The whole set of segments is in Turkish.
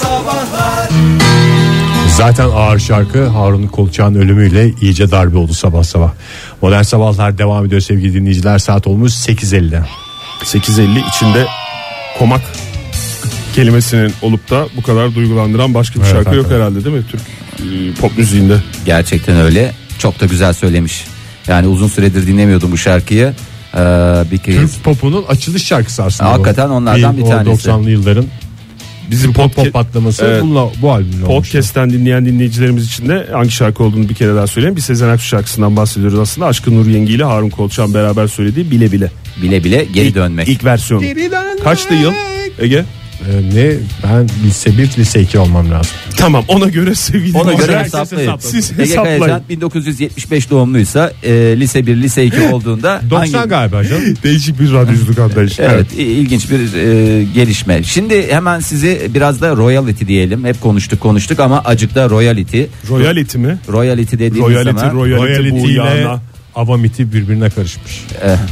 Zaten ağır şarkı Harun Kolçak'ın ölümüyle iyice darbe oldu sabah sabah. Modern Sabahlar devam ediyor sevgili dinleyiciler. Saat olmuş 8.50. 8.50 içinde komak kelimesinin olup da bu kadar duygulandıran başka bir şarkı yok herhalde, değil mi Türk pop müziğinde? Gerçekten öyle. Çok da güzel söylemiş. Yani uzun süredir dinlemiyordum bu şarkıyı. Bir kez. Türk popunun açılış şarkısı aslında. Hakikaten onlardan bir tanesi. 90'lı yılların bizim pop patlaması evet. Bununla, bu albümle olmuş. Podcast'ten dinleyen dinleyicilerimiz için de hangi şarkı olduğunu bir kere daha söyleyeyim. Bir Sezen Aksu şarkısından bahsediyoruz aslında. Aşkın Nur Yengi ile Harun Kolçak'ın beraber söylediği Bile Bile. Bile Bile geri dönmek. İlk versiyonu. Kaçtı yıl Ege? Ne, ben lise 1 lise 2 olmam lazım. Tamam, ona göre sevgili. Ona göre hesaplayın. Ege Kayacan 1975 doğumluysa lise 1 lise 2 olduğunda 90 galiba canım. Değişik bir radyoculuk anlayışı. Evet, ilginç bir gelişme. Şimdi hemen sizi biraz da royalty diyelim. Hep konuştuk ama acık da royalty. Royalty mi? Royalty dediğimiz zaman royalty ile avamiti birbirine karışmış.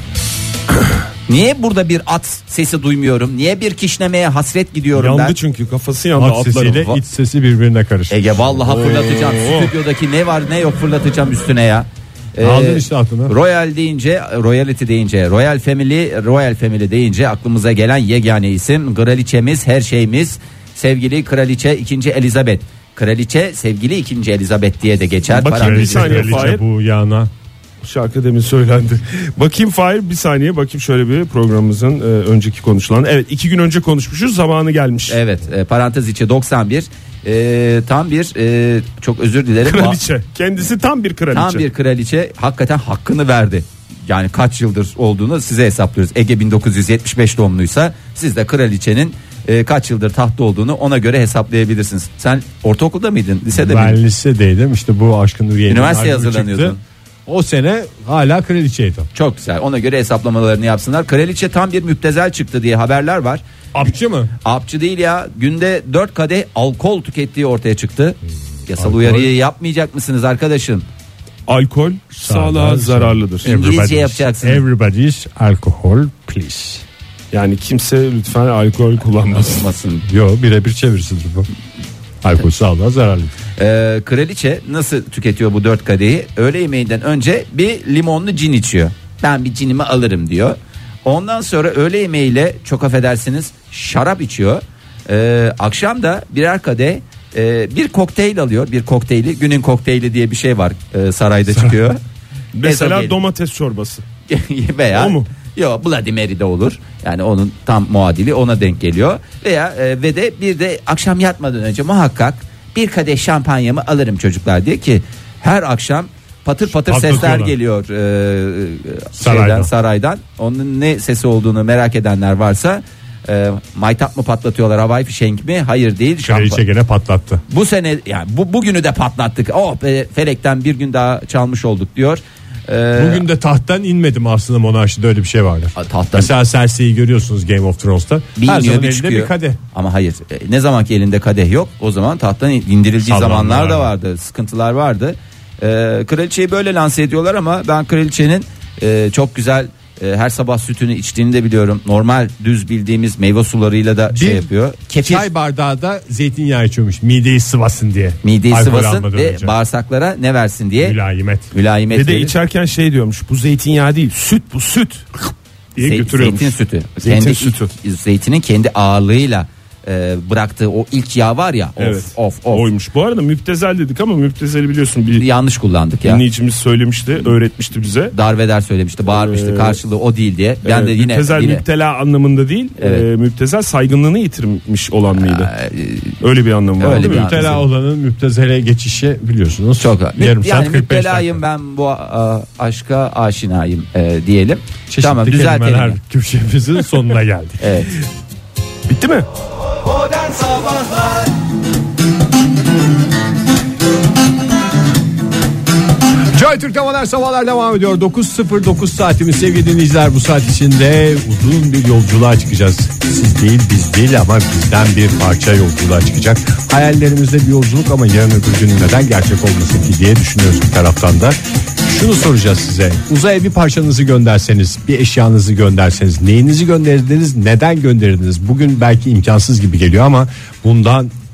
Niye burada bir at sesi duymuyorum? Niye bir kişnemeye hasret gidiyorum yandı ben? Yandı çünkü kafası yandı. At sesiyle iç sesi birbirine karıştı. Ege vallahi fırlatacağım. Stüdyodaki ne var ne yok fırlatacağım üstüne ya. Aldın işte aklına. Royalty deyince, Royal Family deyince aklımıza gelen yegane isim kraliçemiz, her şeyimiz, sevgili kraliçe 2. Elizabeth. Kraliçe sevgili 2. Elizabeth diye de geçer. Bakayım bir saniye Fahir. Bu yana. Şarkı demin söylendi. Bakayım Fahir, bir saniye bakayım şöyle bir programımızın önceki konuşulan. Evet, 2 gün önce konuşmuşuz, zamanı gelmiş. Evet, parantez içi 91. Tam bir çok özür dilerim. Kraliçe. Kendisi tam bir kraliçe. Tam bir kraliçe, hakikaten hakkını verdi. Yani kaç yıldır olduğunu size hesaplıyoruz. Ege 1975 doğumluysa siz de kraliçenin kaç yıldır tahtta olduğunu ona göre hesaplayabilirsiniz. Sen ortaokulda mıydın, lisede miydin? Ben lisedeydim, işte bu Aşkın Nur Yengi'nin üniversiteye hazırlanıyordun. O sene hala kraliçeydi. Çok güzel, ona göre hesaplamalarını yapsınlar. Kraliçe tam bir müptezel çıktı diye haberler var. Apçı mı? Apçı değil ya, günde 4 kadeh alkol tükettiği ortaya çıktı. Yasal uyarıyı yapmayacak mısınız arkadaşım? Alkol sağlığa zararlıdır. İngilizce yapacaksınız. Everybody's alcohol please. Yani kimse lütfen alkol kullanmasın. Yok, birebir çevirisidir bu. Alkol sağlığa zararlı. Kraliçe nasıl tüketiyor bu 4 kadehi? Öğle yemeğinden önce bir limonlu cin içiyor. Ben bir cinimi alırım diyor. Ondan sonra öğle yemeğiyle, çok affedersiniz, şarap içiyor. Akşam da birer kadeh bir kokteyl alıyor. Bir kokteyli, günün kokteyli diye bir şey var, sarayda çıkıyor. Mesela domates çorbası. Veya o mu? Yok, Bloody Mary de olur. Yani onun tam muadili ona denk geliyor. Veya ve de bir de akşam yatmadan önce muhakkak bir kadeh şampanyamı alırım çocuklar diye ki her akşam patır patır sesler geliyor saraydan. Onun ne sesi olduğunu merak edenler varsa, maytap mı patlatıyorlar, havai fişenk mi? Hayır değil. Kraliçe gene patlattı. Bu sene yani bugünü de patlattık. Oh be, felekten bir gün daha çalmış olduk diyor. Bugün de tahttan inmedim aslında, monarşide öyle bir şey vardır. Mesela Cersei'yi görüyorsunuz Game of Thrones'ta. Her zaman elinde bir kadeh. Ama hayır, ne zamanki elinde kadeh yok, o zaman tahttan indirildiği zamanlar da vardı. Sıkıntılar vardı. Kraliçeyi böyle lanse ediyorlar ama ben kraliçenin çok güzel her sabah sütünü içtiğini de biliyorum. Normal düz bildiğimiz meyve sularıyla da şey yapıyor. Kefir. Çay bardağı da zeytinyağı içiyormuş, mideyi sıvasın diye. Mideyi sıvasın ve bağırsaklara ne versin diye. Mülayimet. Ve de içerken şey diyormuş, bu zeytinyağı değil, süt bu, süt diye götürüyormuş. Zeytin sütü. Zeytin sütü. Zeytinin kendi ağırlığıyla bıraktığı o ilk yağ var ya. Of. Oymuş. Bu arada müptezel dedik ama müptezeli biliyorsun, bir yanlış kullandık ya. Dinleyicimiz söylemişti, öğretmişti bize. Darveder söylemişti, bağırmıştı, karşılığı o değil diye. Ben de müptezel müptela anlamında değil. Müptezel saygınlığını yitirmiş olan mıydı? Öyle bir anlamı var. Müptela olanın müptezele geçişi biliyorsunuz. Çok. Yarım saat, 45 müptelayım ben bu aşka aşinayım diyelim. Çeşitli tamam, düzeltelim. Köşemizin sonuna geldik. Evet. Bitti mi? Modern Sabahlar. Joy Türk'te Modern Sabahlar devam ediyor. 9.09 saatimiz sevgili dinleyiciler. Bu saat içinde uzun bir yolculuğa çıkacağız. Siz değil, biz değil ama bizden bir parça yolculuğa çıkacak. Hayallerimizde bir yolculuk ama yarın öbür gün neden gerçek olmasın ki diye düşünüyoruz bir taraftan da. Şunu soracağız size: uzaya bir parçanızı gönderseniz, bir eşyanızı gönderseniz, neyinizi gönderirdiniz, neden gönderirdiniz? Bugün belki imkansız gibi geliyor ama bundan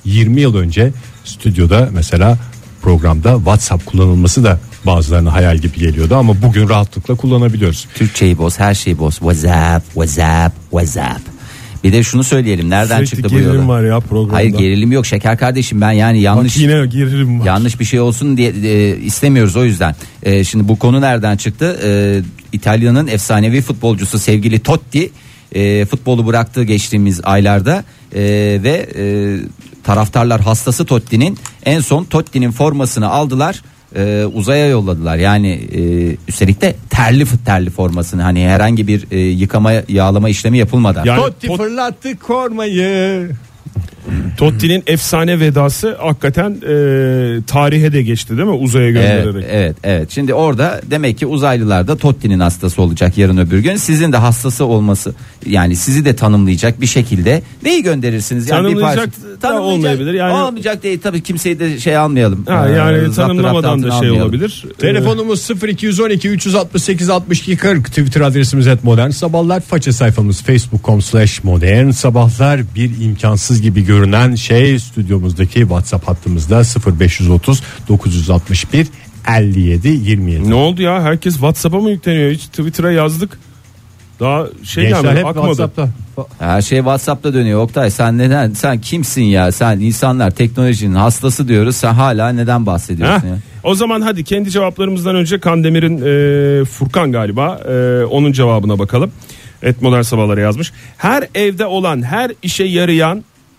20 yıl önce stüdyoda mesela programda WhatsApp kullanılması da bazılarına hayal gibi geliyordu ama bugün rahatlıkla kullanabiliyoruz. Türkçeyi boz, her şeyi boz. WhatsApp. Bir de şunu söyleyelim. Nereden Sürekli çıktı bu gerilim yola? var ya programda. Hayır, gerilim yok şeker kardeşim, ben yani yanlış. Bak yine gerilim var. Yanlış bir şey olsun diye istemiyoruz, o yüzden. Şimdi bu konu nereden çıktı? İtalya'nın efsanevi futbolcusu sevgili Totti futbolu bıraktığı geçtiğimiz aylarda ve taraftarlar hastası Totti'nin, en son Totti'nin formasını aldılar. Uzaya yolladılar. Yani üstelik de terli formasını, hani herhangi bir yıkama yağlama işlemi yapılmadan. Yani Totti fırlattı kormayı. Totti'nin efsane vedası hakikaten tarihe de geçti değil mi, uzaya göndererek. Evet. Şimdi orada demek ki uzaylılar da Totti'nin hastası olacak yarın öbür gün. Sizin de hastası olması, yani sizi de tanımlayacak bir şekilde neyi gönderirsiniz? Yani Tanımlayacak da olmayabilir. Yani olmayacak değil tabii, kimseyi de şey almayalım. Yani tanımlamadan da şey olabilir. Telefonumuz 0212 368 62 40. Twitter adresimiz @modernsabahlar. Faça sayfamız facebook.com/modernsabahlar. Bir imkansız gibi görünen şey stüdyomuzdaki WhatsApp hattımızda 0530 961 57 27. Ne oldu ya? Herkes WhatsApp'a mı yükleniyor? Hiç Twitter'a yazdık. Daha Gençler gelmedi, hep akmadı. WhatsApp'ta. Her şey WhatsApp'ta dönüyor. Oktay, sen kimsin ya? Sen, insanlar teknolojinin hastası diyoruz. Sen hala neden bahsediyorsun ya? O zaman hadi kendi cevaplarımızdan önce Kandemir'in Furkan galiba onun cevabına bakalım. Modern Sabahlar'a yazmış. Her evde olan, her işe yarayan,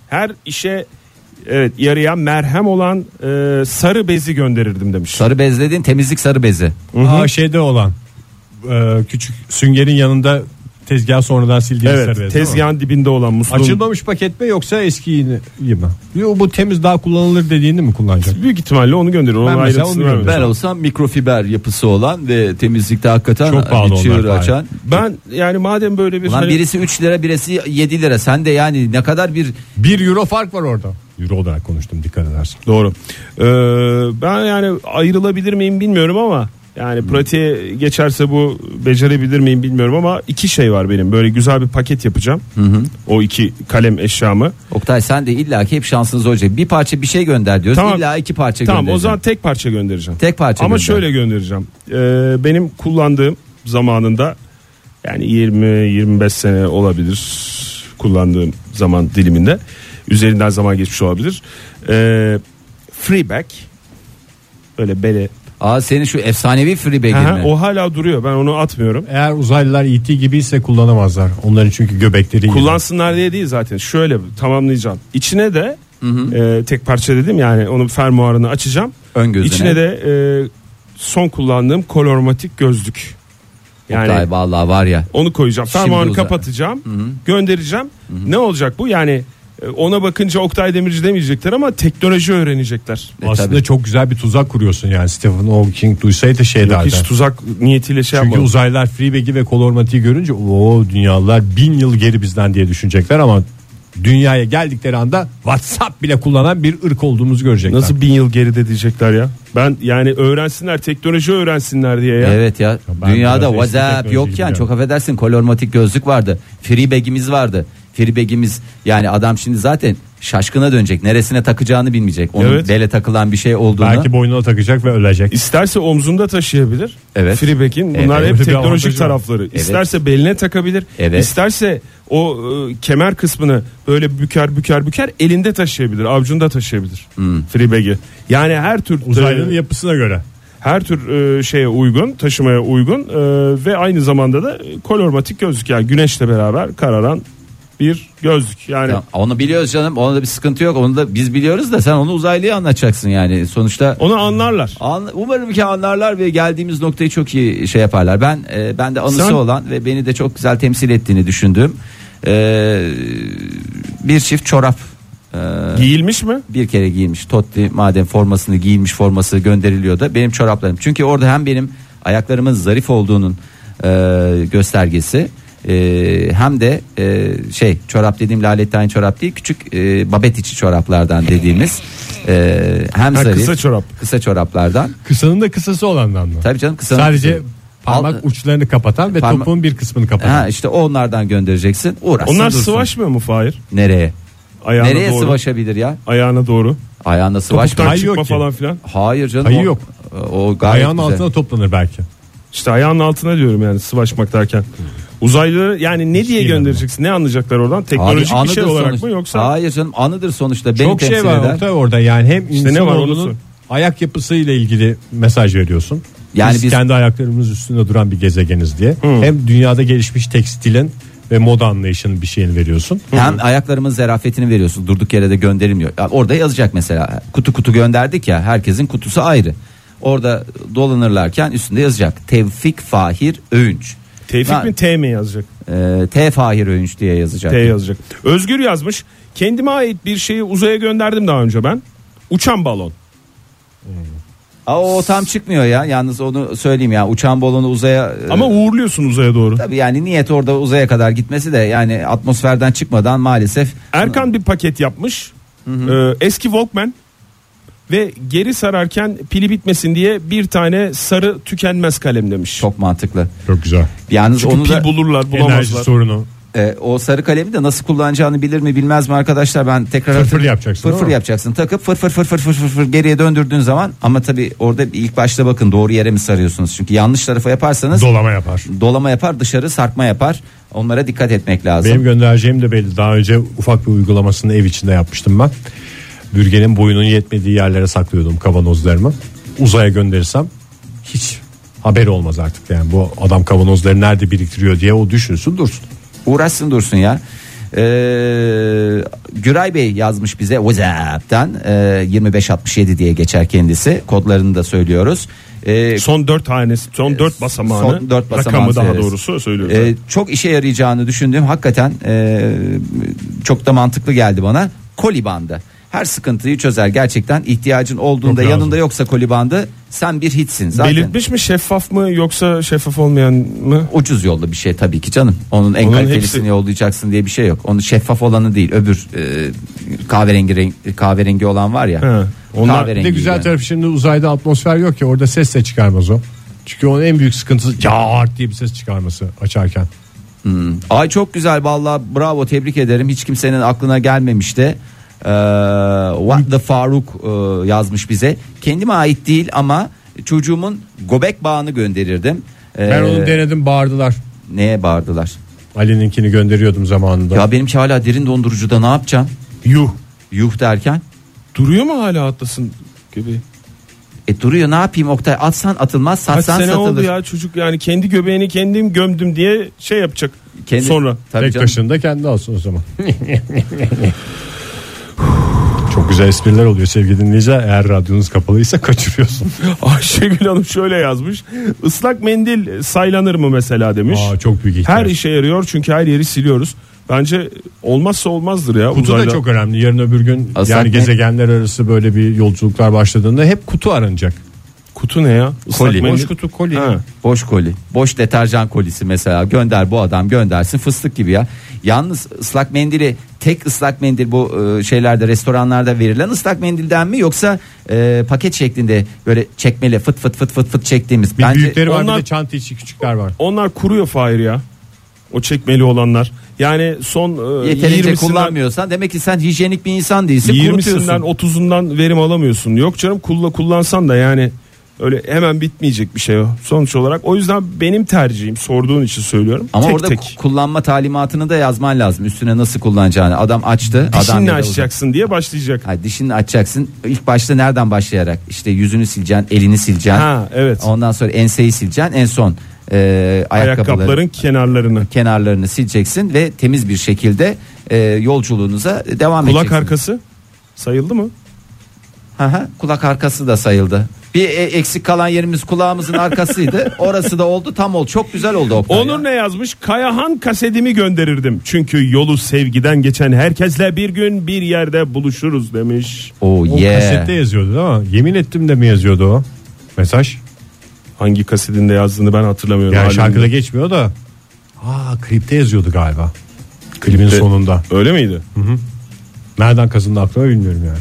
yarayan merhem olan sarı bezi gönderirdim demiş. Sarı bez dediğin temizlik sarı bezi. Şeyde olan küçük süngerin yanında tezgah sonradan sildiğiniz Evet, sarı bez, tezgahın dibinde olan musluğun. açılmamış paket mi yoksa eskiyi mi? Yok, bu temiz daha kullanılır dediğini mi kullanacak? Büyük ihtimalle onu gönderiyor. Onun Ben mesela ayrıntısını onu vermedim. Ben olsam mikrofiber yapısı olan ve temizlikte hakikaten Çok pahalı bir çığır onlar, açan. Ben yani madem böyle bir Ulan birisi 3 lira, birisi 7 lira. Sen de yani ne kadar bir 1 euro fark var orada. Euro olarak konuştum, dikkat edersin. Doğru. Ben yani ayrılabilir miyim bilmiyorum ama yani pratiğe geçerse bu becerebilir miyim bilmiyorum ama iki şey var benim. Böyle güzel bir paket yapacağım. O iki kalem eşyamı. Oktay, sen de illaki hep şansınız olacak. Bir parça bir şey gönder diyoruz. Tamam. İlla 2 parça Tamam, göndereceğim. o zaman tek parça göndereceğim. Tek parça ama gönder. şöyle göndereceğim. Benim kullandığım zamanında, yani 20-25 sene olabilir kullandığım zaman diliminde. Üzerinden zaman geçmiş olabilir. Freeback. Böyle bele. Senin şu efsanevi freebag'in mi? O hala duruyor. Ben onu atmıyorum. Eğer uzaylılar E.T. gibiyse kullanamazlar. Onların çünkü göbekleri iyi. Kullansınlar diye değil zaten. Şöyle tamamlayacağım. İçine de tek parça dedim, yani onun fermuarını açacağım. Ön gözüne. İçine de son kullandığım kolormatik gözlük. Yani Oktay, vallahi var ya. onu koyacağım. Şimdi Fermuarını kapatacağım. Göndereceğim. Ne olacak bu? Yani ona bakınca Oktay Demirci demeyecekler ama teknoloji öğrenecekler. Aslında tabii. çok güzel bir tuzak kuruyorsun yani. Stephen Hawking duysaydı şey Yok, derdi. hiç tuzak niyetiyle şey Çünkü yapmadım. uzaylılar Freebag'i ve kolormatiği görünce o dünyalılar 1000 yıl geri bizden diye düşünecekler ama dünyaya geldikleri anda WhatsApp bile kullanan bir ırk olduğumuzu görecekler. Nasıl 1000 yıl geride diyecekler ya. Ben yani öğrensinler, teknoloji öğrensinler diye ya. Evet ya. Ben Dünyada biraz eski WhatsApp teknoloji yokken biliyorum. çok affedersin, kolormatik gözlük vardı. Freebag'imiz vardı. Freebag'imiz, yani adam şimdi zaten şaşkına dönecek. Neresine takacağını bilmeyecek. Onun Evet. bele takılan bir şey olduğunu. Belki boynuna takacak ve ölecek. İsterse omzunda taşıyabilir. Evet. Freeback'in bunlar Evet. hep Bir teknolojik avantajı var. tarafları. Evet. İsterse beline takabilir. Evet. İsterse o kemer kısmını böyle büker elinde taşıyabilir, avucunda taşıyabilir. Freeback'i. Yani her tür Uzaylının yapısına göre. her tür şeye uygun, taşımaya uygun ve aynı zamanda da kolormatik gözlük, yani güneşle beraber kararan bir gözlük. Yani Ya, onu biliyoruz canım. Onda bir sıkıntı yok. Onu da biz biliyoruz da sen onu uzaylıya anlatacaksın yani. Sonuçta onu anlarlar. umarım ki anlarlar ve geldiğimiz noktayı çok iyi şey yaparlar. Ben de anısı Sen- olan ve beni de çok güzel temsil ettiğini düşündüğüm bir çift çorap Giyilmiş mi? bir kere giyilmiş. Totti madem formasını giyilmiş, forması gönderiliyor da benim çoraplarım. Çünkü orada hem benim ayaklarımın zarif olduğunun göstergesi, hem de çorap dediğim lalettayn çorap değil, küçük babet içi çoraplardan dediğimiz hem zarif kısa çorap. kısa çoraplardan. Kısanın da kısası olandan mı? Tabii canım, kısanın Sadece kısa. parmak uçlarını kapatan ve topuğun bir kısmını kapatan. işte onlardan göndereceksin. Uğraşsın Onlar dursun. sıvaşmıyor mu Fahir? Nereye? Ayağına Nereye doğru. sıvaşabilir ya? Ayağına doğru. Ayağına sıvaşma. Topuktan Hayır, çıkma yok ki. falan filan. Hayır canım. Hayır yok. O gayet Ayağın güzel. altına toplanır belki. İşte ayağının altına diyorum yani sıvaşmak derken. Uzaylıları yani ne diye iyi göndereceksin? Ne anlayacaklar oradan? Abi, Teknolojik bir şey anıdır olarak sonuçta. mı yoksa? Hayır canım, anıdır sonuçta. Beni Çok temsil şey var eder. orada yani hem İşte ne var onu insanoğlunun sor. ayak yapısıyla ilgili mesaj veriyorsun. Yani biz biz- kendi ayaklarımız üstünde duran bir gezegeniz diye. Hem dünyada gelişmiş tekstilin ve moda anlayışının bir şeyini veriyorsun. Hem ayaklarımın zarafetini veriyorsun. Durduk yere de gönderilmiyor. Ya orada yazacak mesela. Kutu kutu gönderdik ya. Herkesin kutusu ayrı. Orada dolanırlarken üstünde yazacak. Tevfik Fahir Öğünç. Tevfik mi T mi yazacak? T Fahir Öğünç diye yazacak. T yazacak. Özgür yazmış. Kendime ait bir şeyi uzaya gönderdim daha önce ben. Uçan balon. O tam çıkmıyor ya. Yalnız onu söyleyeyim ya. Uçan balonu uzaya... Ama uğurluyorsun uzaya doğru. tabii yani niyet orada uzaya kadar gitmesi de yani atmosferden çıkmadan maalesef. Erkan bir paket yapmış. Eski Walkman ve geri sararken pili bitmesin diye bir tane sarı tükenmez kalem demiş. Çok mantıklı. Çok güzel. Yalnız Çünkü onu pil da bulurlar, Enerji bulamazlar. sorunu. o sarı kalemi de nasıl kullanacağını bilir mi bilmez mi arkadaşlar, ben tekrar Fırfır hatırlayayım. yapacaksın, Fırfır değil mi? yapacaksın, takıp fır geriye döndürdüğün zaman, ama tabii orada ilk başta bakın doğru yere mi sarıyorsunuz, çünkü yanlış tarafa yaparsanız Dolama yapar. dolama yapar, dışarı sarkma yapar, onlara dikkat etmek lazım. Benim göndereceğim de belli. Daha önce ufak bir uygulamasını ev içinde yapmıştım ben. Bürgenin boyunun yetmediği yerlere saklıyordum kavanozlarımı. Uzaya gönderirsem hiç haberi olmaz artık. Yani bu adam kavanozları nerede biriktiriyor diye o düşünsün dursun. Uğraşsın dursun ya. Güray Bey yazmış bize WhatsApp'tan 2567 diye geçer kendisi, kodlarını da söylüyoruz. Son 4 tanesi, son 4 basamağını, son dört basamağı rakamı daha söyleriz. doğrusu söylüyoruz. Çok işe yarayacağını düşündüğüm, hakikaten çok da mantıklı geldi bana, koli bandı. Her sıkıntıyı çözer gerçekten, ihtiyacın olduğunda Çok yanında lazım. yoksa koli bandı, sen bir hiçsin zaten. Belirtmiş mi, şeffaf mı yoksa şeffaf olmayan mı? Ucuz yollu bir şey tabii ki canım. Onun en Onun kalitelisini hepsi- yollayacaksın diye bir şey yok. Onun şeffaf olanı değil, öbür kahverengi olan var ya. He, onlar Bir kahverengi de güzel yani. tarafı, şimdi uzayda atmosfer yok ki, orada ses de çıkarmaz o. Çünkü onun en büyük sıkıntısı yağart diye bir ses çıkarması açarken. Ay çok güzel vallahi, bravo, tebrik ederim. Hiç kimsenin aklına gelmemişti. What the Faruk yazmış bize. Kendime ait değil ama çocuğumun göbek bağını gönderirdim. Ben onu denedim, bağırdılar. Neye bağırdılar? Ali'ninkini gönderiyordum zamanında. Ya benimki hala derin dondurucuda, ne yapacağım? yuh. Yuh derken? Duruyor mu hala Atlas'ın gibi? Duruyor, ne yapayım Oktay? Atsan atılmaz, Kaç satsan sene satılır. oldu ya çocuk, yani kendi göbeğini kendim gömdüm diye şey yapacak Kendi- sonra. Tabii Tek canım. başına kendi alsın o zaman. Çok güzel espriler oluyor sevgili dinleyiciler. Eğer radyonuz kapalıysa kaçırıyorsun. Ayşegül Hanım şöyle yazmış. Islak mendil saylanır mı mesela demiş. Çok büyük ihtiyaç. Her işe yarıyor çünkü her yeri siliyoruz. Bence olmazsa olmazdır ya. Kutu da uzayda. çok önemli. Yarın öbür gün Islak yani mendil- gezegenler arası böyle bir yolculuklar başladığında hep kutu aranacak. Kutu ne ya? Islak Koli. mendil. Boş kutu, koli. Ha. Boş koli. Boş deterjan kolisi mesela. Gönder, bu adam göndersin, fıstık gibi ya. Yalnız ıslak mendili, tek ıslak mendil bu şeylerde, restoranlarda verilen ıslak mendilden mi, yoksa paket şeklinde böyle çekmeli fıt fıt fıt fıt fıt çektiğimiz? Bir Bence büyükleri var, onlar- bir de çanta içi küçükler var. Onlar kuruyor Fahir ya. O çekmeli olanlar. Yani son yeterince 20'sinden kullanmıyorsan demek ki sen hijyenik bir insan değilsin, 20'sinden kurutuyorsun. 30'undan verim alamıyorsun. Yok canım, kullansan da yani öyle hemen bitmeyecek bir şey o. Sonuç olarak o yüzden benim tercihim, sorduğun için söylüyorum. Ama tek orada tek. kullanma talimatını da yazman lazım. Üstüne nasıl kullanacağını. Adam açtı. Adam Dişinle ya da açacaksın diye başlayacak. Hayır, dişini açacaksın. İlk başta nereden başlayarak? İşte yüzünü sileceksin, elini sileceksin. Ha evet. Ondan sonra enseyi sileceksin. En son Ayakkabıların kenarlarını. kenarlarını sileceksin ve temiz bir şekilde yolculuğunuza devam Kulak edeceksiniz. arkası sayıldı mı? Hı, kulak arkası da sayıldı. Bir eksik kalan yerimiz kulağımızın arkasıydı. Orası da oldu, tam oldu. Çok güzel oldu Oktay. Onur ne yazmış? Kayahan kasetimi gönderirdim. Çünkü yolu sevgiden geçen herkesle bir gün bir yerde buluşuruz demiş. Oh O yeah. kasette yazıyordu değil mi? Yemin ettim de mi yazıyordu o mesaj? Hangi kasetinde yazdığını ben hatırlamıyorum. Yani Albümde. şarkıda geçmiyor da. Klipte yazıyordu galiba. Klibin Klipte. sonunda. Öyle miydi? Nereden kazındı aklıma bilmiyorum yani.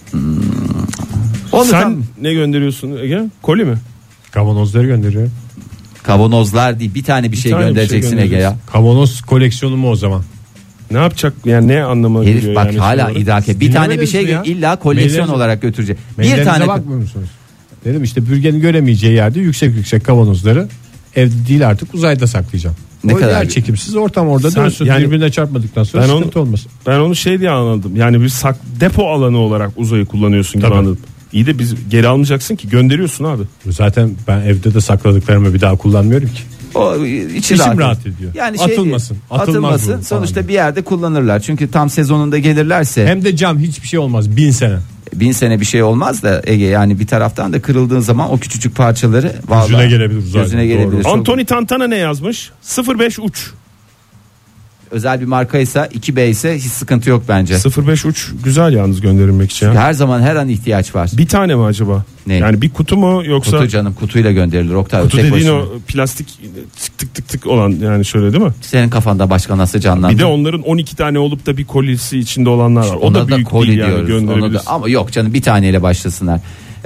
Onu Sen tam ne gönderiyorsun Ege? Koli mi? Kavanozları gönderiyor. kavanozlar değil, bir tane bir şey tane bir şey göndereceksin Ege ya. göndereceksin. Kavanoz koleksiyonumu o zaman. Ne yapacak yani, ne anlamına Herif geliyor bak yani hala sonra? idrak et. Bir tane bir şey ya. illa koleksiyon Maillerinize- olarak götürecek. Bir Maillerinize tane bakmıyor musunuz? Dedim işte bürgenin göremeyeceği yerde yüksek kavanozları evde değil artık uzayda saklayacağım. Ne O kadar- yer çekimsiz ortam orada Sen- dönsün, yani- birbirine çarpmadıktan sonra Ben sıkıntı olmasın. Ben onu şey diye anladım. Yani bir depo alanı olarak uzayı kullanıyorsun gibi Tabii. anladım. İyi de biz geri almayacaksın ki, gönderiyorsun abi. Zaten ben evde de sakladıklarımı bir daha kullanmıyorum ki. o içi İçim rahat ediyor. Yani Atılmasın, atılmaz atılmasın. bu Sonuçta falan. bir yerde kullanırlar. Çünkü tam sezonunda gelirlerse Hem de cam, hiçbir şey olmaz 1000 sene. 1000 sene bir şey olmaz da Ege, yani bir taraftan da kırıldığın zaman o küçücük parçaları vallahi Gözüne gelebilir uzayda, Gözüne doğru. gelebilir. Çok- Anthony Tantana ne yazmış? 05 uç. özel bir markaysa 2B ise hiç sıkıntı yok bence. 05 uç güzel yalnız gönderilmek için. ya. Her zaman her an ihtiyaç var. Bir tane mi acaba? Ne? Yani bir kutu mu yoksa Kutu canım, kutuyla gönderilir. Oktay, kutu tek dediğin başına. o plastik tık tık tık olan, yani şöyle değil mi? Senin kafanda başka nasıl canlandı? Bir de onların 12 tane olup da bir kolisi içinde olanlar var. O Ona da büyük koli değil yani, diyoruz. Ona da, gönderebilirsin. ama yok canım, bir taneyle başlasınlar.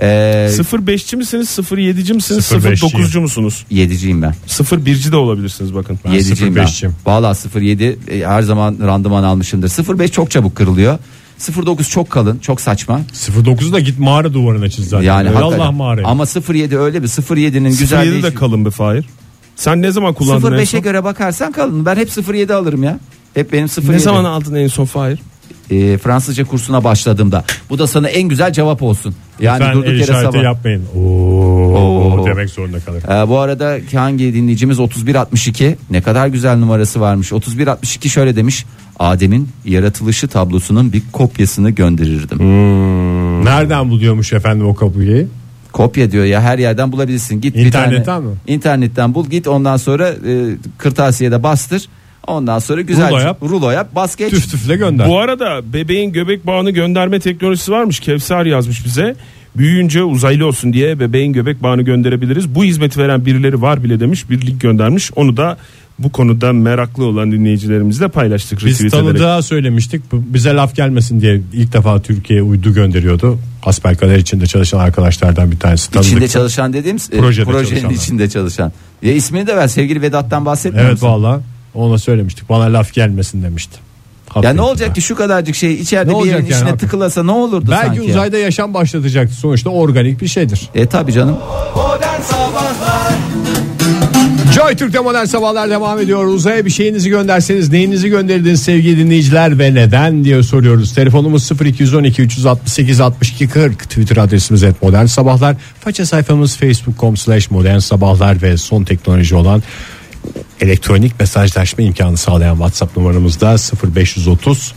05'ci misiniz? 07'ci misiniz? 05'ciyim. 09'cu musunuz? 7'ciyim ben. 01'ci de olabilirsiniz bakın. 7'ciyim ben. 05'ciyim. Valla 07 her zaman randıman almışımdır. 05 çok çabuk kırılıyor. 09 çok kalın, çok saçma. 09'u da git mağara duvarına çiz zaten. Yani Allah hakikaten. mağarayı. Ama 07 öyle bir 07'nin güzel 07 de kalın be Fahir. Sen ne zaman kullandın en 05'e son? göre bakarsan kalın. Ben hep 07 alırım ya. Hep benim 07. Ne zaman aldın en son Fahir? Fransızca kursuna başladığımda. Bu da sana en güzel cevap olsun. Yani Lütfen durduk el yere işareti sabah. yapmayın. Oo. Demek zorunda kalır. Bu arada hangi dinleyicimiz 3162, ne kadar güzel numarası varmış. 3162 şöyle demiş: Adem'in yaratılışı tablosunun bir kopyasını gönderirdim. Nereden buluyormuş efendim o kapıyı? Kopya diyor ya, her yerden bulabilirsin. Git İnternetten bir tane, mi? İnternetten bul git, ondan sonra kırtasiyede bastır. Ondan sonra güzel Rulo yap. bas geç. Tüf tüfle gönder. Bu arada bebeğin göbek bağını gönderme teknolojisi varmış. Kevser yazmış bize. Büyüyünce uzaylı olsun diye bebeğin göbek bağını gönderebiliriz. Bu hizmeti veren birileri var bile demiş. Bir link göndermiş. Onu da bu konuda meraklı olan dinleyicilerimizle paylaştık. Biz retweet ederek. tanıdığa söylemiştik. Bize laf gelmesin diye ilk defa Türkiye'ye uydu gönderiyordu. Hasbelkader içinde çalışan arkadaşlardan bir tanesi. İçinde Tanıdık. çalışan dediğim Projede projenin çalışanlar. içinde çalışan. Ya ismini de ver, sevgili Vedat'tan bahsetmiyor Evet musun? valla ona söylemiştik. Bana laf gelmesin demişti. Ya Haklı ne olacak ikna. ki şu kadarcık şey içeride Ne bir olacak yerin yani içine hakikaten? tıkılasa ne olurdu Belki sanki? uzayda yaşam başlatacaktı. Sonuçta organik bir şeydir. Tabii canım. Modern Sabahlar Joy Türk'te modern sabahlar devam ediyor. Uzaya bir şeyinizi gönderseniz neyinizi gönderdiniz sevgili dinleyiciler ve neden diye soruyoruz. Telefonumuz 0212 368 62 40. Twitter adresimiz @modern sabahlar. Faça sayfamız facebook.com/modern sabahlar ve son teknoloji olan elektronik mesajlaşma imkanı sağlayan WhatsApp numaramızda 0530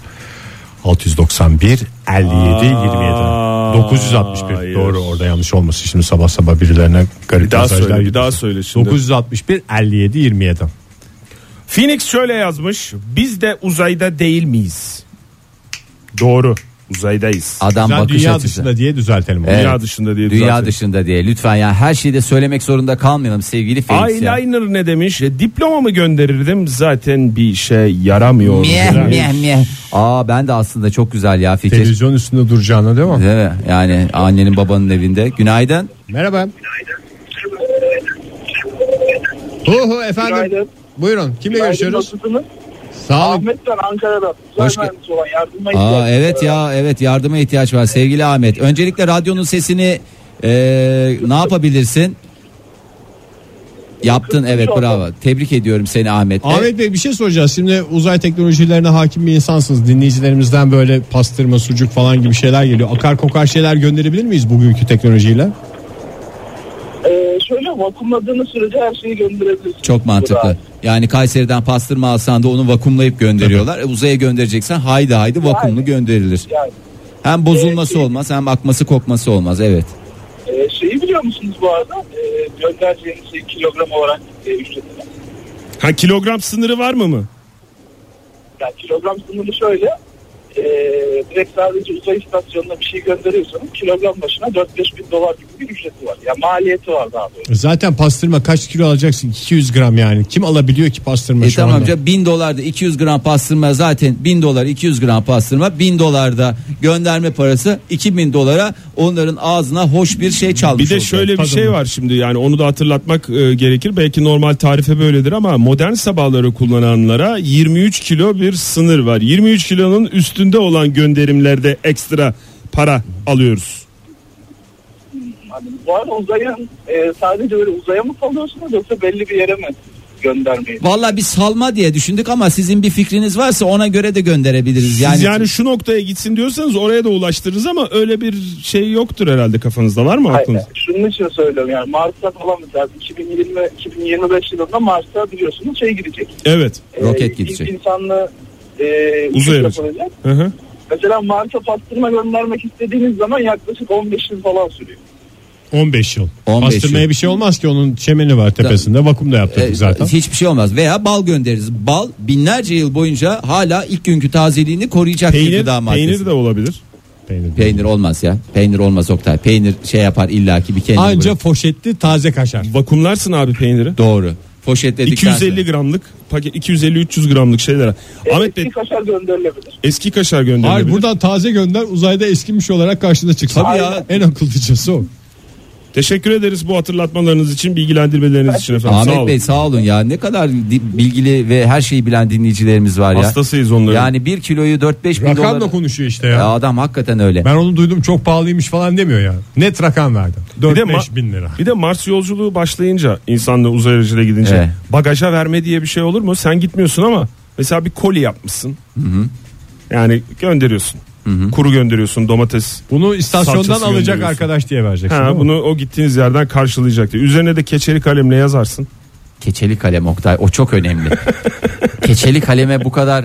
691 57 27. 961 hayır. doğru, orada yanlış olmasın. Şimdi sabah sabah birilerine garip Bir daha mesajlar söyle, bir gitmesin. daha söyle şimdi. 961 57 27. Phoenix şöyle yazmış. Biz de uzayda değil miyiz? Doğru. Uzaydayız. Adam Sen bakış dünya açısı. dışında diye düzeltelim. onu. Evet. Dünya dışında diye Dünya düzeltelim. dışında diye lütfen ya, her şeyi de söylemek zorunda kalmayalım sevgili Felix ya. Eyeliner ne demiş? Diploma mı gönderirdim? Zaten bir işe yaramıyor. Meh. Ben de aslında çok güzel ya fikir. Televizyon üstünde duracağına değil mi? Değil mi? Yani annenin babanın evinde. Günaydın. Merhaba. Efendim. Günaydın. Buyurun. Kimle görüşüyoruz? Nasılsınız? Sağ olun. Ahmet ben Ankara'da. Hoş Uzay mühendisi olan yardıma ihtiyaç Evet ya, evet, yardıma ihtiyaç var sevgili Ahmet. Öncelikle radyonun sesini ne yapabilirsin? Yaptın, evet, bravo. Tebrik ediyorum seni Ahmet. Ahmet Bey bir şey soracağız. Şimdi uzay teknolojilerine hakim bir insansınız. Dinleyicilerimizden böyle pastırma, sucuk falan gibi şeyler geliyor. Akar kokar şeyler gönderebilir miyiz bugünkü teknolojiyle? Şöyle vakumladığınız sürece her şeyi gönderebilirsiniz. Çok mantıklı. Rahat. Yani Kayseri'den pastırma alsan da onu vakumlayıp gönderiyorlar. Uzaya göndereceksen haydi vakumlu gönderilir. Yani Hem bozulması olmaz, hem akması kokması olmaz. Evet. şeyi biliyor musunuz bu arada? Göndereceğiniz şey kilogram olarak ücretini. Ha, kilogram sınırı var mı? Yani kilogram sınırı şöyle. direkt sadece uzay istasyonuna bir şey gönderiyorsanız kilogram başına 4-5 bin dolar gibi bir ücreti var. Ya maliyeti var daha doğrusu. Zaten pastırma kaç kilo alacaksın? 200 gram yani. Kim alabiliyor ki pastırma şu Tamam anda? canım, 1000 dolarda 200 gram pastırma, zaten 1000 dolar 200 gram pastırma, 1000 dolarda gönderme parası, 2000 dolara onların ağzına hoş bir şey çalmış Bir de olacak. şöyle bir şey var şimdi, yani onu da hatırlatmak gerekir. Belki normal tarife böyledir ama modern sabahları kullananlara 23 kilo bir sınır var. 23 kilonun üstünde olan gönderimlerde ekstra para alıyoruz. Hani bu arada uzayın sadece öyle uzaya mı salıyorsunuz yoksa belli bir yere mi göndermeyi? Vallahi bir salma diye düşündük ama sizin bir fikriniz varsa ona göre de gönderebiliriz. Siz yani şu noktaya gitsin diyorsanız oraya da ulaştırırız ama öyle bir şey yoktur herhalde kafanızda, var mı aklınızda? Hayır, şunun için söylüyorum, yani Mars'ta falan mesela 2025 yılında Mars'ta biliyorsunuz şey gidecek. Evet. Roket gidecek. İnsanlı Uzay uçuş yapılacak. Mesela Mars'a pastırma göndermek istediğiniz zaman yaklaşık 15 yıl falan sürüyor. 15 yıl. 15 Pastırmaya yıl. bir şey olmaz ki, onun çemeni var tepesinde. Vakum da yaptırdık zaten. Hiçbir şey olmaz. Veya bal göndeririz. Bal binlerce yıl boyunca hala ilk günkü tazeliğini koruyacak bir gıda maddesi. Peynir de olabilir. Peynir olmaz ya. Peynir olmaz Oktay. Peynir şey yapar illaki bir kendini. Anca poşetli taze kaşar. Vakumlarsın abi peyniri. Doğru. Poşetledikten 250 gramlık paket, 250-300 gramlık şeyler. Ahmet Bey, Eski kaşar gönderilebilir. eski kaşar gönderilebilir. Hayır, buradan taze gönder, uzayda eskimiş olarak karşına çıksın. Tabii ya. En akıllıcası o. Teşekkür ederiz bu hatırlatmalarınız için, bilgilendirmeleriniz için efendim. Sağ Ahmet olun. Bey sağ olun ya, ne kadar bilgili ve her şeyi bilen dinleyicilerimiz var ya. Hastasıyız onların. Yani 1 kiloyu 4-5 bin dolar. Rakamla konuşuyor işte Ya ya. adam hakikaten öyle. Ben onu duydum, çok pahalıymış falan demiyor ya. Net rakam verdi. Bir de 4-5 bin lira. Bir de Mars yolculuğu başlayınca, insanla uzay aracıyla gidince Evet. bagaja verme diye bir şey olur mu? Sen gitmiyorsun ama mesela bir koli yapmışsın. Yani gönderiyorsun. Kuru gönderiyorsun, domates. Bunu istasyondan salçası alacak gönderiyorsun. arkadaş diye vereceksin. değil Ha, mi? bunu o gittiğiniz yerden karşılayacak diye. Üzerine de keçeli kalemle yazarsın. Keçeli kalem Oktay, o çok önemli. Keçeli kaleme bu kadar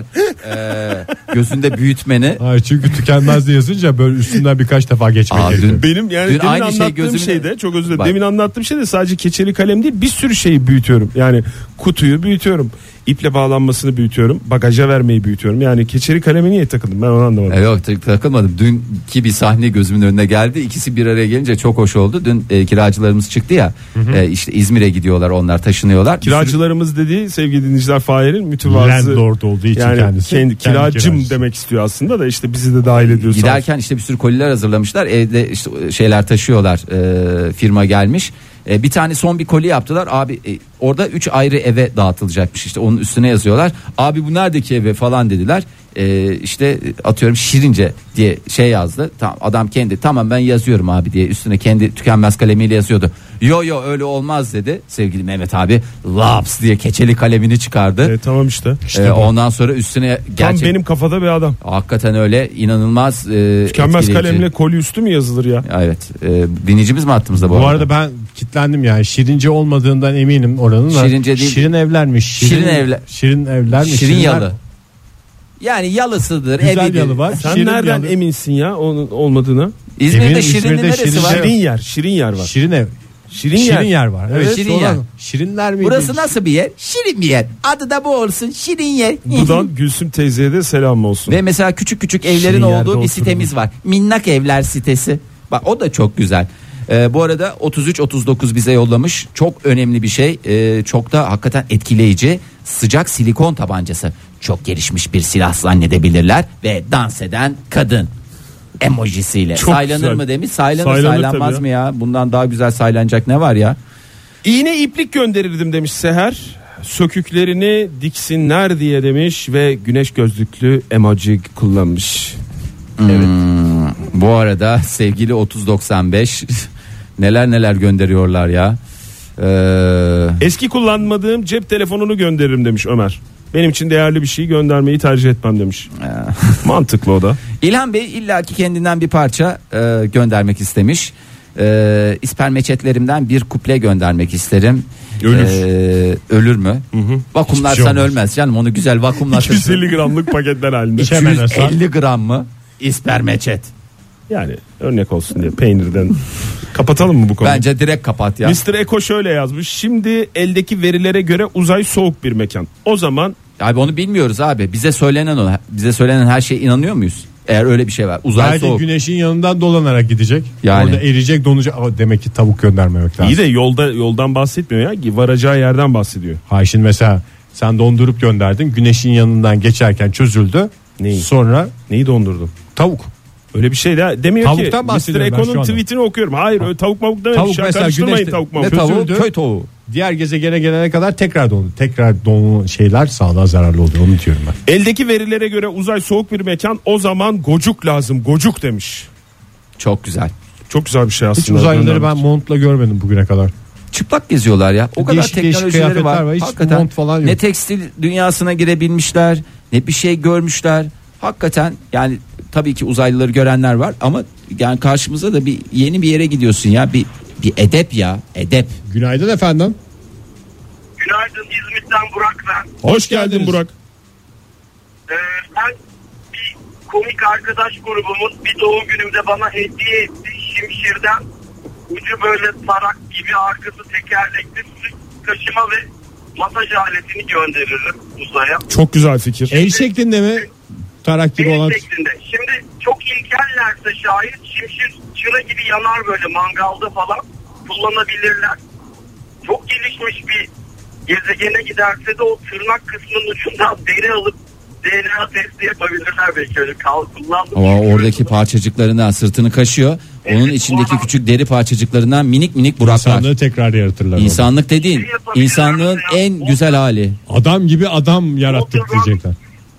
gözünde büyütmeni. Hayır, çünkü tükenmez diye yazınca böyle üstünden birkaç defa geçmek gerekiyor. Benim yani Dün demin aynı şey anlattığım gözümde- şeyde, çok özür dilerim. Bak. Demin anlattığım şeyde sadece keçeli kalem değil, bir sürü şeyi büyütüyorum. Yani kutuyu büyütüyorum. İple bağlanmasını büyütüyorum. Bagaja vermeyi büyütüyorum. Yani keçeli kaleme niye takıldım, ben onu anlamadım. Yok takılmadım. Dünkü bir sahne gözümün önüne geldi. İkisi bir araya gelince çok hoş oldu. Dün kiracılarımız çıktı ya. İşte İzmir'e gidiyorlar, onlar taşınıyorlar. Kiracılarımız dediği sevgili dinleyiciler, Fahir'in mütevazı. Landlord olduğu için yani kendisi. kendi kiracım kiracısı. demek istiyor aslında da işte bizi de dahil ediyor. Giderken işte bir sürü koliler hazırlamışlar. Evde işte şeyler taşıyorlar. Firma gelmiş. Bir tane son bir koli yaptılar. Abi orada 3 ayrı eve dağıtılacakmış. İşte onun üstüne yazıyorlar. Abi bu neredeki eve falan dediler. İşte atıyorum Şirince diye şey yazdı. Tamam, adam kendi tamam ben yazıyorum abi diye üstüne kendi tükenmez kalemiyle yazıyordu. Yo öyle olmaz dedi. Sevgili Mehmet abi laps diye keçeli kalemini çıkardı. Tamam işte. Ondan sonra üstüne Tam benim kafada bir adam. hakikaten öyle inanılmaz Tükenmez etkileyici. kalemle koli üstü mü yazılır ya? Evet. Dinleyicimiz mi hattımızda bu Bu arada ben kitlendim yani. Şirince olmadığından eminim oranın. da. Şirince değil. Şirin evlermiş. Şirin evler. Şirin evler mi? Şirin Şirinler- yalı. Yani yalısıdır. Güzel evidir. yalı var. Sen Şirin nereden yalı. eminsin ya onun olmadığına? İzmir'de Eminim, Şirin'in İzmir'de neresi Şirin- var? Şirin yer var. Şirin ev. Şirin Şirin yer. yer var. Evet, Şirin sonra- yer. Şirinler miydi? Burası nasıl bir yer? Şirin bir yer. Adı da bu olsun. Şirin yer. Buradan Gülsüm teyzeye de selam olsun. Ve mesela küçük küçük evlerin Şirin yerde olduğu bir oturun. sitemiz var. Minnak Evler sitesi. Bak o da çok güzel. Bu arada 33-39 bize yollamış. Çok önemli bir şey. Çok da hakikaten etkileyici. Sıcak silikon tabancası. Çok gelişmiş bir silah zannedebilirler. Ve dans eden kadın emojisiyle. Çok Saylanır güzel. mı demiş. Saylanır Saylanır saylanmaz tabii mı ya? Bundan daha güzel saylanacak ne var ya? İğne iplik gönderirdim demiş Seher. Söküklerini diksinler diye demiş ve güneş gözlüklü emoji kullanmış. Bu arada sevgili 3095 neler gönderiyorlar ya. Eski kullanmadığım cep telefonunu gönderirim demiş Ömer. Benim için değerli bir şey göndermeyi tercih etmem demiş. Mantıklı o da. İlhan Bey illaki kendinden bir parça göndermek istemiş. İspermeçetlerimden bir kuple göndermek isterim. Ölür. Ölür mü? Vakumlarsan Hiçbir şey olmaz. ölmez canım, onu güzel vakumlarsın. 250 gramlık paketler halinde. 250 gram mı? İspermeçet. Yani örnek olsun diye peynirden. Kapatalım mı bu konuyu? Bence direkt kapat ya. Mr. Eko şöyle yazmış. Şimdi eldeki verilere göre uzay soğuk bir mekan. O zaman Abi onu bilmiyoruz abi. Bize söylenen her şeye inanıyor muyuz? Eğer öyle bir şey var. Uzay Belki soğuk. güneşin yanından dolanarak gidecek. Yani. Orada eriyecek, donacak. Demek ki tavuk göndermemek lazım. İyi de yoldan bahsetmiyor ya. Varacağı yerden bahsediyor. Ha şimdi mesela sen dondurup gönderdin. Güneşin yanından geçerken çözüldü. Neyi? Sonra Neyi dondurdum? tavuk. Öyle bir şey de demiyor Tavuktan ki. Mr. bahsediyorum ben şu Eko'nun anda. tweetini okuyorum. Hayır öyle tavuk mavuk dememiş. Tavuk mesela Karıştırmayın güneşte- tavuk Ne mavuk. tavuğu? Çözüldü. Köy tavuğu. Diğer gezegene gelene kadar tekrar donulan şeyler sağlığa zararlı oluyor. Onu diyorum ben. Eldeki verilere göre uzay soğuk bir mekan, o zaman gocuk lazım. Gocuk demiş. Çok güzel. Çok güzel bir şey aslında. Hiç uzaylıları ben Göndermiş. montla görmedim bugüne kadar. Çıplak geziyorlar ya. O kadar Değişik değişik teknolojileri kıyafetler var. var. Hiç Hakikaten mont falan yok. ne tekstil dünyasına girebilmişler, ne bir şey görmüşler. Hakikaten yani tabii ki uzaylıları görenler var ama yani karşımıza da yeni bir yere gidiyorsun ya. Bir edep ya. Edep. Günaydın efendim. Günaydın, İzmit'ten Burak ben. Hoş geldin Burak. Ben bir komik arkadaş grubumuz bir doğum günümde bana hediye etti. Şimşirden ucu böyle tarak gibi, arkası tekerlekli su taşıma ve masaj aletini gönderirim uzaya. Çok güzel fikir. El şeklinde mi? Tarak gibi olan. El şeklinde. Şimdi çok ilkellerse şayet şimşir çıra gibi yanar böyle mangalda falan, kullanabilirler. Çok gelişmiş bir gezegene giderse de o tırnak kısmının ucundan deri alıp DNA testi yapabilirler belki, öyle kullandım. Ama oradaki parçacıklarından sırtını kaşıyor. Onun Evet, içindeki oradan- küçük deri parçacıklarından minik minik buraklar. İnsanlığı tekrar yaratırlar. İnsanlık dediğin insanlığın en güzel hali. Adam gibi adam yarattık diyecekler.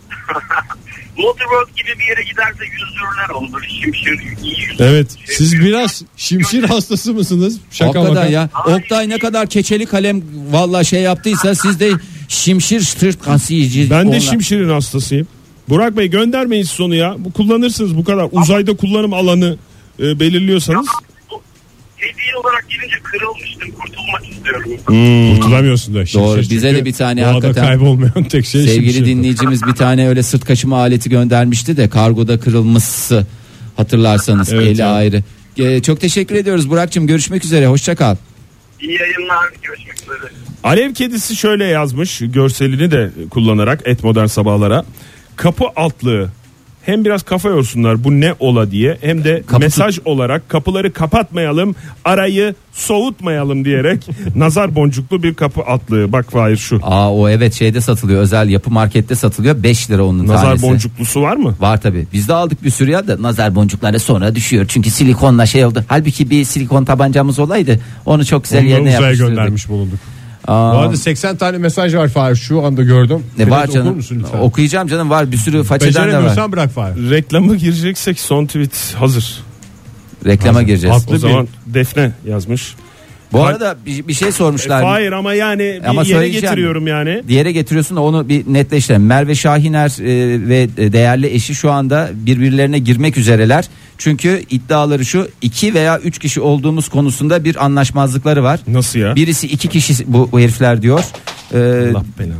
Waterworld gibi bir yere giderse yüzdürürler onu, böyle şimşir iyi yüzdürür. Evet. Siz biraz şimşir hastası mısınız? Şaka Hakikaten maka. ya. Oktay ne kadar keçeli kalem vallahi şey yaptıysa siz de şimşir sırt kasıcı. Ben de şimşirin hastasıyım. Burak Bey göndermeyin siz onu ya. Bu kullanırsınız bu kadar. Uzayda kullanım alanı belirliyorsanız. Bu hediye olarak gelince kırılmıştım, kurtulmak istiyorum. Kurtulamıyorsun da. Doğru, Şimşir bize çünkü de bir tane doğada hakikaten- kaybolmayan tek şey Sevgili şimşir. dinleyicimiz bir tane öyle sırt kaşıma aleti göndermişti de kargoda kırılmışsı, hatırlarsanız Evet, eli evet. ayrı. Çok teşekkür ediyoruz Burak'cığım, görüşmek üzere, hoşça kal. İyi yayınlar, görüşmek üzere. Alev kedisi şöyle yazmış, görselini de kullanarak Modern Sabahlara. Kapı altlığı. Hem biraz kafa yorsunlar bu ne ola diye, hem de mesaj olarak kapıları kapatmayalım, arayı soğutmayalım diyerek nazar boncuklu bir kapı altlığı. Bak Fahir şu. O evet, şeyde satılıyor, özel yapı markette satılıyor, 5 lira onun Nazar tanesi. boncuklusu var mı? Var tabi. Biz de aldık bir sürü ya da nazar boncukları sonra düşüyor. Çünkü silikonla şey oldu. Halbuki bir silikon tabancamız olaydı. Onu çok güzel Onu da yerine uzaya yapıştırdık. göndermiş bulunduk. Bu Aa, arada 80 tane mesaj var Fahir, şu anda gördüm. ne var Biraz okur canım? musun lütfen? Okuyacağım canım, var bir sürü façeden de var. Beceremiyorsan bırak Fahir. Reklama gireceksek son tweet hazır. Reklama gireceğiz. Haklı. O zaman Defne yazmış. Bu arada bir şey sormuşlar. Hayır ama yani bir Ama yere söyleyeceğim. getiriyorum yani. Diğere getiriyorsun da onu bir netleştirelim. Merve Şahiner ve değerli eşi şu anda birbirlerine girmek üzereler. Çünkü iddiaları şu, 2 veya 3 kişi olduğumuz konusunda bir anlaşmazlıkları var. Nasıl ya? Birisi 2 kişi bu herifler diyor. Allah belanı.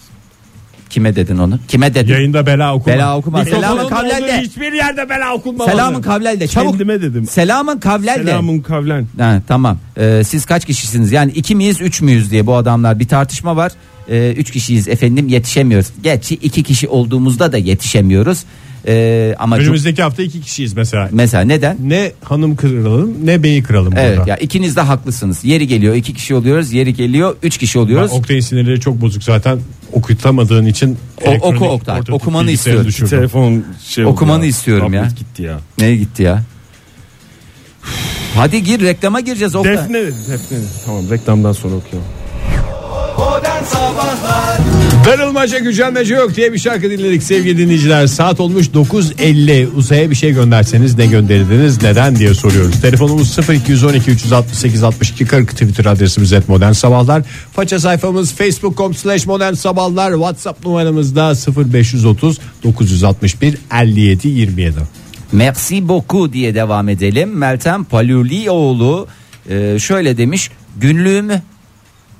Kime dedin onu? Kime dedin? Yayında bela okuma. Bela okuma. Selamın kavlelde. Hiçbir yerde bela okunmamalı. Selamın kavlelde. Çabuk. Kendime dedim. Selamın kavlelde. Selamun kavlen. Ha, tamam. Siz kaç kişisiniz? Yani 2 miyiz 3 müyüz diye bu adamlar bir tartışma var. 3 kişiyiz efendim, yetişemiyoruz. Gerçi 2 kişi olduğumuzda da yetişemiyoruz. Ama Önümüzdeki hafta 2 kişiyiz mesela. mesela neden? Ne hanım kıralım ne beyi kıralım Evet burada. ya, ikiniz de haklısınız. Yeri geliyor 2 kişi oluyoruz, yeri geliyor 3 kişi oluyoruz. Oktay'ın sinirleri çok bozuk zaten, okutamadığın için. elektronik oku Oktay, portatif okumanı bilgisayarı istiyorum. düşürdüm. Telefon şey oldu Okumanı ya. istiyorum ya. Tablet gitti ya. Neye gitti ya? Hadi gir, reklama gireceğiz Oktay. Defne. Tamam, reklamdan sonra okuyalım. Modern Sabahlar. Darılmaca gücenmece yok diye bir şarkı dinledik sevgili dinleyiciler. Saat olmuş 9.50. Uzaya bir şey gönderseniz ne gönderirdiniz, neden diye soruyoruz. Telefonumuz 0212 368 62 40, Twitter adresimiz @modernsabahlar. Faça sayfamız facebook.com/modernsabahlar. WhatsApp numaramızda 0530 961 57 27. Merci beaucoup diye devam edelim. Meltem Palulioğlu şöyle demiş: günlüğümü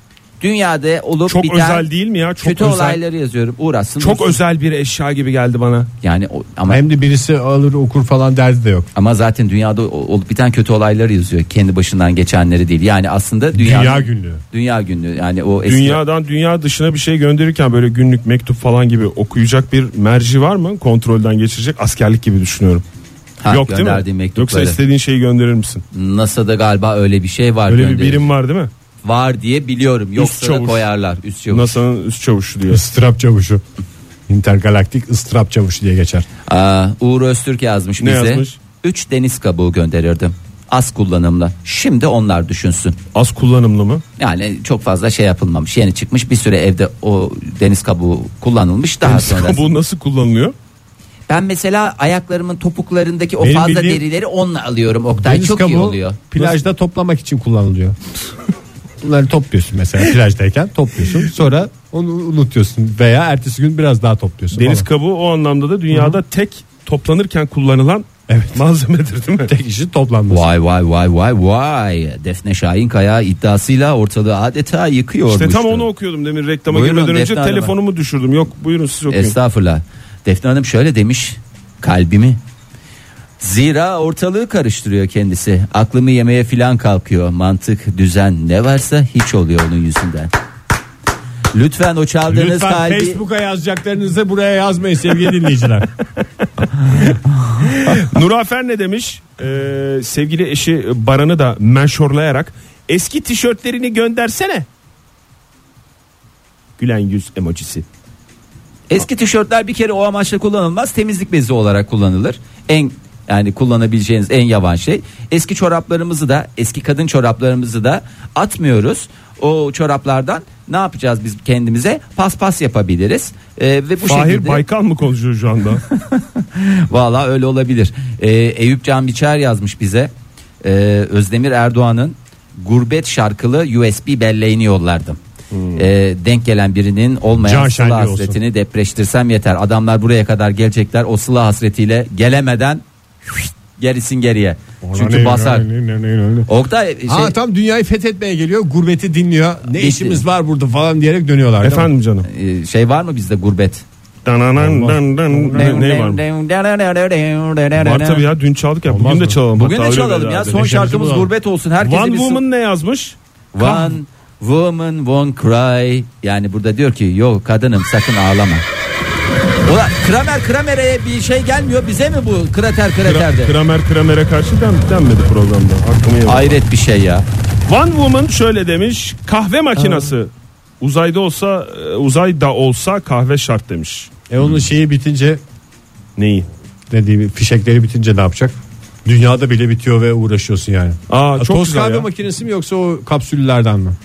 Dünyada olup Çok biten özel değil mi ya? Çok kötü özel. olayları yazıyorum. Uğraşsın. Çok dursun. özel bir eşya gibi geldi bana. Yani ama Hem de birisi alır okur falan derdi de yok. ama zaten dünyada olup biten kötü olayları yazıyor. Kendi başından geçenleri değil. Yani aslında Dünya günlüğü. Dünya günlüğü. Yani o eski Dünyadan dünya dışına bir şey gönderirken böyle günlük mektup falan gibi okuyacak bir merci var mı? Kontrolden geçirecek, askerlik gibi düşünüyorum. Yok değil mi? gönderdiği mektupları. Yoksa istediğin şeyi gönderir misin? NASA'da galiba öyle bir şey var. Öyle bir gönderir. birim var değil mi? Var diye biliyorum. Yoksa da çavuş. koyarlar. Üst çavuş. NASA'nın üst çavuşu diye. Istırap çavuşu. Intergalaktik ıstırap çavuşu diye geçer. Uğur Öztürk yazmış Ne bize. yazmış? 3 deniz kabuğu gönderirdim. Az kullanımlı. Şimdi onlar düşünsün. Az kullanımlı mı? Yani çok fazla şey yapılmamış. Yeni çıkmış, bir süre evde o deniz kabuğu kullanılmış. Daha Deniz sonra kabuğu nasıl kullanılıyor? ben mesela ayaklarımın topuklarındaki o Benim fazla bildiğim- derileri onunla alıyorum. Oktay, Deniz çok iyi kabuğu oluyor. plajda toplamak için kullanılıyor. Bunları topluyorsun mesela plajdayken topluyorsun. Sonra onu unutuyorsun veya ertesi gün biraz daha topluyorsun. Deniz falan. kabuğu o anlamda da dünyada tek toplanırken kullanılan malzemedir değil mi? Tek işi toplanması. Vay. Defne Şahinkaya iddiasıyla ortalığı adeta yıkıyormuş. İşte tam onu okuyordum demin reklama Buyurun, girmeden önce Defne Hanım. telefonumu düşürdüm. Yok buyurun siz okuyun. Estağfurullah. Defne Hanım şöyle demiş: kalbimi. Zira ortalığı karıştırıyor kendisi. Aklımı yemeye filan kalkıyor. Mantık, düzen ne varsa hiç oluyor onun yüzünden. Lütfen o çaldığınız Lütfen kalbi... Facebook'a yazacaklarınızı buraya yazmayın sevgili dinleyiciler. Nurafer ne demiş? Sevgili eşi Baran'ı da menşorlayarak eski tişörtlerini göndersene. Gülen yüz emojisi. Eski tişörtler bir kere o amaçla kullanılmaz. Temizlik bezi olarak kullanılır. Yani kullanabileceğiniz en yavan şey. Eski çoraplarımızı da, eski kadın çoraplarımızı da atmıyoruz. O çoraplardan ne yapacağız biz kendimize? Paspas yapabiliriz. Ve bu Fahir şekilde... Baykal mı konuşuyor şu anda? Valla öyle olabilir. Eyüp Can Biçer yazmış bize. Özdemir Erdoğan'ın Gurbet şarkılı USB belleğini yollardım. Denk gelen birinin olmayan Can sıla şenliği hasretini depreştirsem yeter. Adamlar buraya kadar gelecekler, o sıla hasretiyle gelemeden gerisin geriye. Çünkü basar. Oktay Tam dünyayı fethetmeye geliyor, gurbeti dinliyor. Ne Bitti. işimiz var burada falan diyerek dönüyorlar. Efendim canım. şey var mı bizde gurbet? Ne var mı? Var tabii ya, dün çaldık ya. Bugün de çalalım. Bugün Hatta de öyle çalalım ya. herhalde. Son şarkımız bulalım. gurbet olsun. Herkese One bir Woman ne yazmış? One woman won't cry. Yani burada diyor ki yok kadınım sakın ağlama. Ulan Kramer'e bir şey gelmiyor, bize mi bu kraterde? Kramer'e karşı denmedi programda. Aklımı yedim. Hayret bir şey ya. One Woman şöyle demiş: kahve makinası. Uzayda olsa kahve şart demiş. Onun şeyi bitince, Neyi? dediğim fişekleri bitince ne yapacak? Dünyada bile bitiyor ve uğraşıyorsun yani. Çok Toz güzel kahve ya. makinesi mi yoksa o kapsüllerden mi?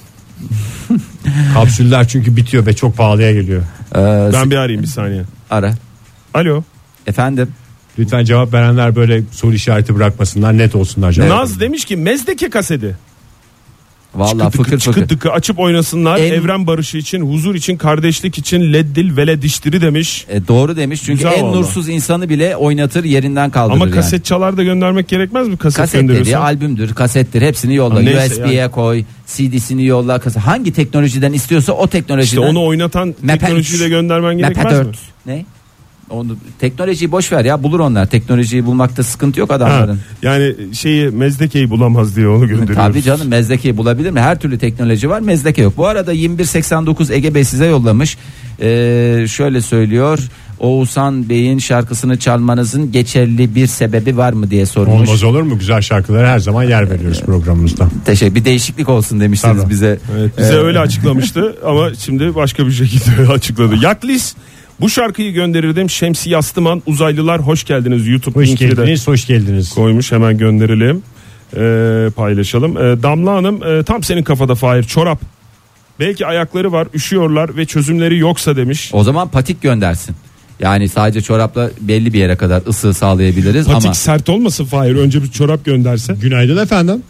Kapsüller çünkü bitiyor ve çok pahalıya geliyor. Ben bir arayayım bir saniye. Ara. Alo. Efendim. Lütfen cevap verenler böyle soru işareti bırakmasınlar, net olsunlar cevap. Naz demiş ki Mezdeke kaseti. Vallahi fıkır fıkır. Çıkıdıkı açıp oynasınlar. En- Evren barışı için, huzur için, kardeşlik için, leddil velediştiri demiş. Doğru demiş çünkü Güzel en vallahi. nursuz insanı bile oynatır, yerinden kaldırır. Ama yani. kaset çalar da göndermek gerekmez mi? Kaset Kaset dediği gönderiyorsan. albümdür, kasettir, hepsini yolla. Neyse USB'ye yani. koy, CD'sini yolla. Hangi teknolojiden istiyorsa o teknolojiden. İşte onu oynatan teknolojiyi de göndermen gerekmez mi? Ne? Onu teknolojiyi boş ver ya, bulur onlar. Teknolojiyi bulmakta sıkıntı yok Ha, adamların. yani Mezdeke'yi bulamaz diye onu gönderiyoruz. Tabii canım, Mezdeke'yi bulabilir mi? Her türlü teknoloji var, Mezdeke yok. Bu arada 2189 Ege Bey size yollamış. Şöyle söylüyor: Oğuzhan Bey'in şarkısını çalmanızın geçerli bir sebebi var mı diye sormuş. Olmaz olur mu? Güzel şarkılara her zaman yer veriyoruz programımızda. Teşekkür. Bir değişiklik olsun demiştiniz Tabii. bize. Evet, bize öyle açıklamıştı ama şimdi başka bir şekilde açıkladı. Yaklis bu şarkıyı gönderirdim. Şemsi Yastıman, uzaylılar hoş geldiniz. YouTube Hoş linkini de geldiniz, hoş geldiniz. koymuş, hemen gönderelim. Paylaşalım. Damla Hanım tam senin kafada Fahir, çorap. Belki ayakları var, üşüyorlar ve çözümleri yoksa demiş. O zaman patik göndersin. Yani sadece çorapla belli bir yere kadar ısı sağlayabiliriz Patik ama sert olmasın Fahir, önce bir çorap gönderse. Günaydın efendim.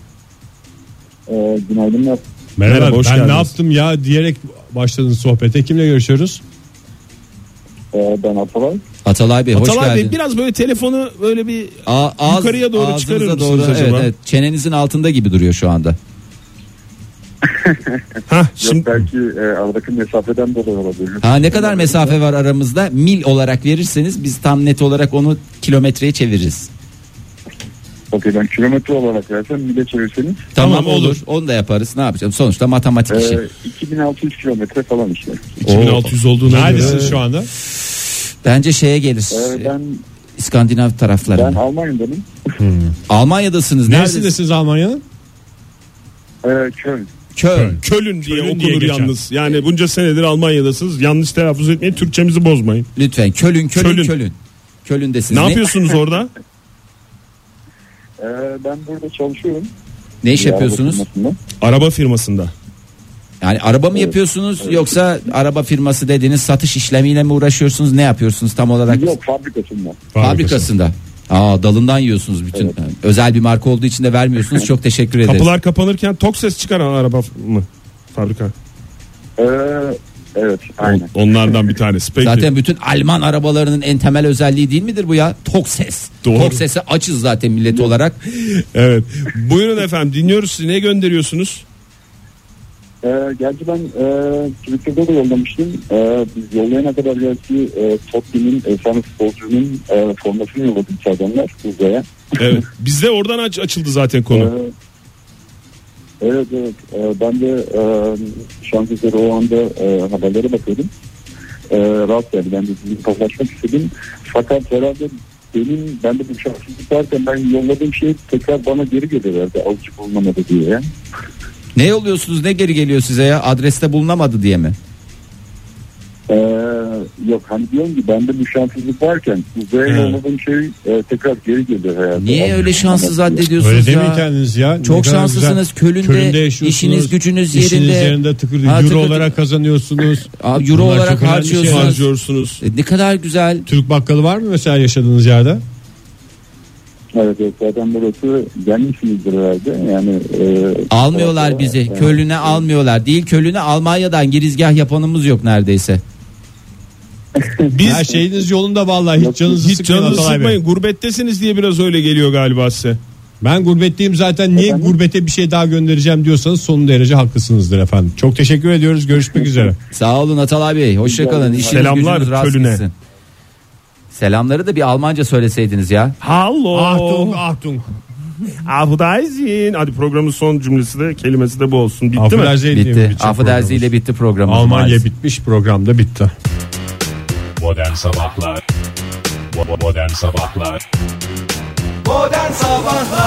Günaydın. Merhaba, hoş ben geldiniz. ne yaptım ya diyerek başladınız sohbete. Kimle görüşüyoruz? Ben Atalay. Atalay Bey hoş Atalay Bey geldin. biraz böyle telefonu böyle bir yukarıya doğru ağzınıza çıkarır doğru, mısınız acaba? evet, çenenizin altında gibi duruyor şu anda. Şimdi Yok belki aradaki mesafeden dolayı olabilir. Ne kadar mesafe var aramızda? Mil olarak verirseniz biz tam net olarak onu kilometreye çeviririz. Okey, ben kilometre olarak versem mile çevirseniz. Tamam olur. Onu da yaparız. Ne yapacağım? Sonuçta matematik işi. 2600 kilometre falan işte. 2600 olduğuna Neredesin göre şu anda? Bence şeye gelir. Ben İskandinav taraflarında. Almanya'danım. Almanya'dasınız. Neresindesiniz Almanya'nın? Köln. Köln diye Köln okunur diye geçer. yalnız. Yani bunca senedir Almanya'dasınız. Yanlış telaffuz etmeyin. Türkçemizi bozmayın. Lütfen Köln. Köln'desiniz. Ne yapıyorsunuz orada? Ben burada çalışıyorum. Ne iş yapıyorsunuz? Araba firmasında. Yani araba mı yapıyorsunuz yoksa araba firması dediğiniz satış işlemiyle mi uğraşıyorsunuz? Ne yapıyorsunuz tam olarak? Yok, fabrikasında. Fabrikasında. Dalından yiyorsunuz bütün. Evet. Özel bir marka olduğu için de vermiyorsunuz. Çok teşekkür ederiz. Kapılar kapanırken tok ses çıkaran araba mı? Fabrika. Evet, aynen. Onlardan bir tanesi. Peki. Zaten bütün Alman arabalarının en temel özelliği değil midir bu ya? Tok ses. Doğru. Tok sese açız zaten millet olarak. Evet. Buyurun efendim, dinliyoruz sizi. Ne gönderiyorsunuz? Gerçi ben Twitter'da da yollamıştım. Biz yollayana kadar belki Tottenham'ın efsane futbolcunun formasını yolladı içeridenler uzaya. Evet. Bizde oradan açıldı zaten konu. Evet. Ben de şans eseri o anda haberlere bakıyordum. Rahat geldi. Ben de sizinle paylaşmak istedim. Fakat herhalde ben de bu şanssızlık varken ben yolladığım şey tekrar bana geri gelirlerdi. Alıcı bulunamadı diye. Yani. Ne yolluyorsunuz? Ne geri geliyor size ya? Adreste bulunamadı diye mi? Yok, hani diyorum ki bende bu şanssızlık varken uzaya yolladığım şey tekrar geri geliyor herhalde. Niye öyle şanssız addediyorsunuz Öyle ya? demeyin kendiniz ya. Çok Ne kadar şanslısınız. güzel. Köln'de yaşıyorsunuz. işiniz gücünüz İşiniz yerinde. yerinde tıkır. Ha, Euro tıkır. olarak kazanıyorsunuz. Euro Bunlar olarak çok önemli şeyler. Harcıyorsunuz. Ne kadar güzel. Türk bakkalı var mı mesela yaşadığınız yerde? Evet, zaten burası gelmişsinizdir herhalde. Yani Almıyorlar bizi. Köln'e almıyorlar. Değil Köln'e, Almanya'dan girizgah yapanımız yok neredeyse. Her şeyiniz yolunda vallahi, hiç canınızı Hiç sıkmayın canınızı Atalay Bey. sıkmayın. Gurbettesiniz diye biraz öyle geliyor galiba size. Ben gurbetteyim zaten, niye gurbete bir şey daha göndereceğim diyorsanız son derece haklısınızdır efendim. Çok teşekkür ediyoruz, görüşmek üzere. Sağ olun Atalay Bey. Hoşçakalın. İşiniz Selamlar gücünüz rast Köln'e. gitsin. Selamları da bir Almanca söyleseydiniz ya. Hallo. Achtung. Affedersin. Hadi programın son cümlesi de, kelimesi de bu olsun. Bitti mi? Affedersin diye Bitti. bitecek Affedersin ile programımız. bitti programımız. Almanya maalesef. bitmiş, programda bitti. Modern Sabahlar. Modern Sabahlar. Modern Sabahlar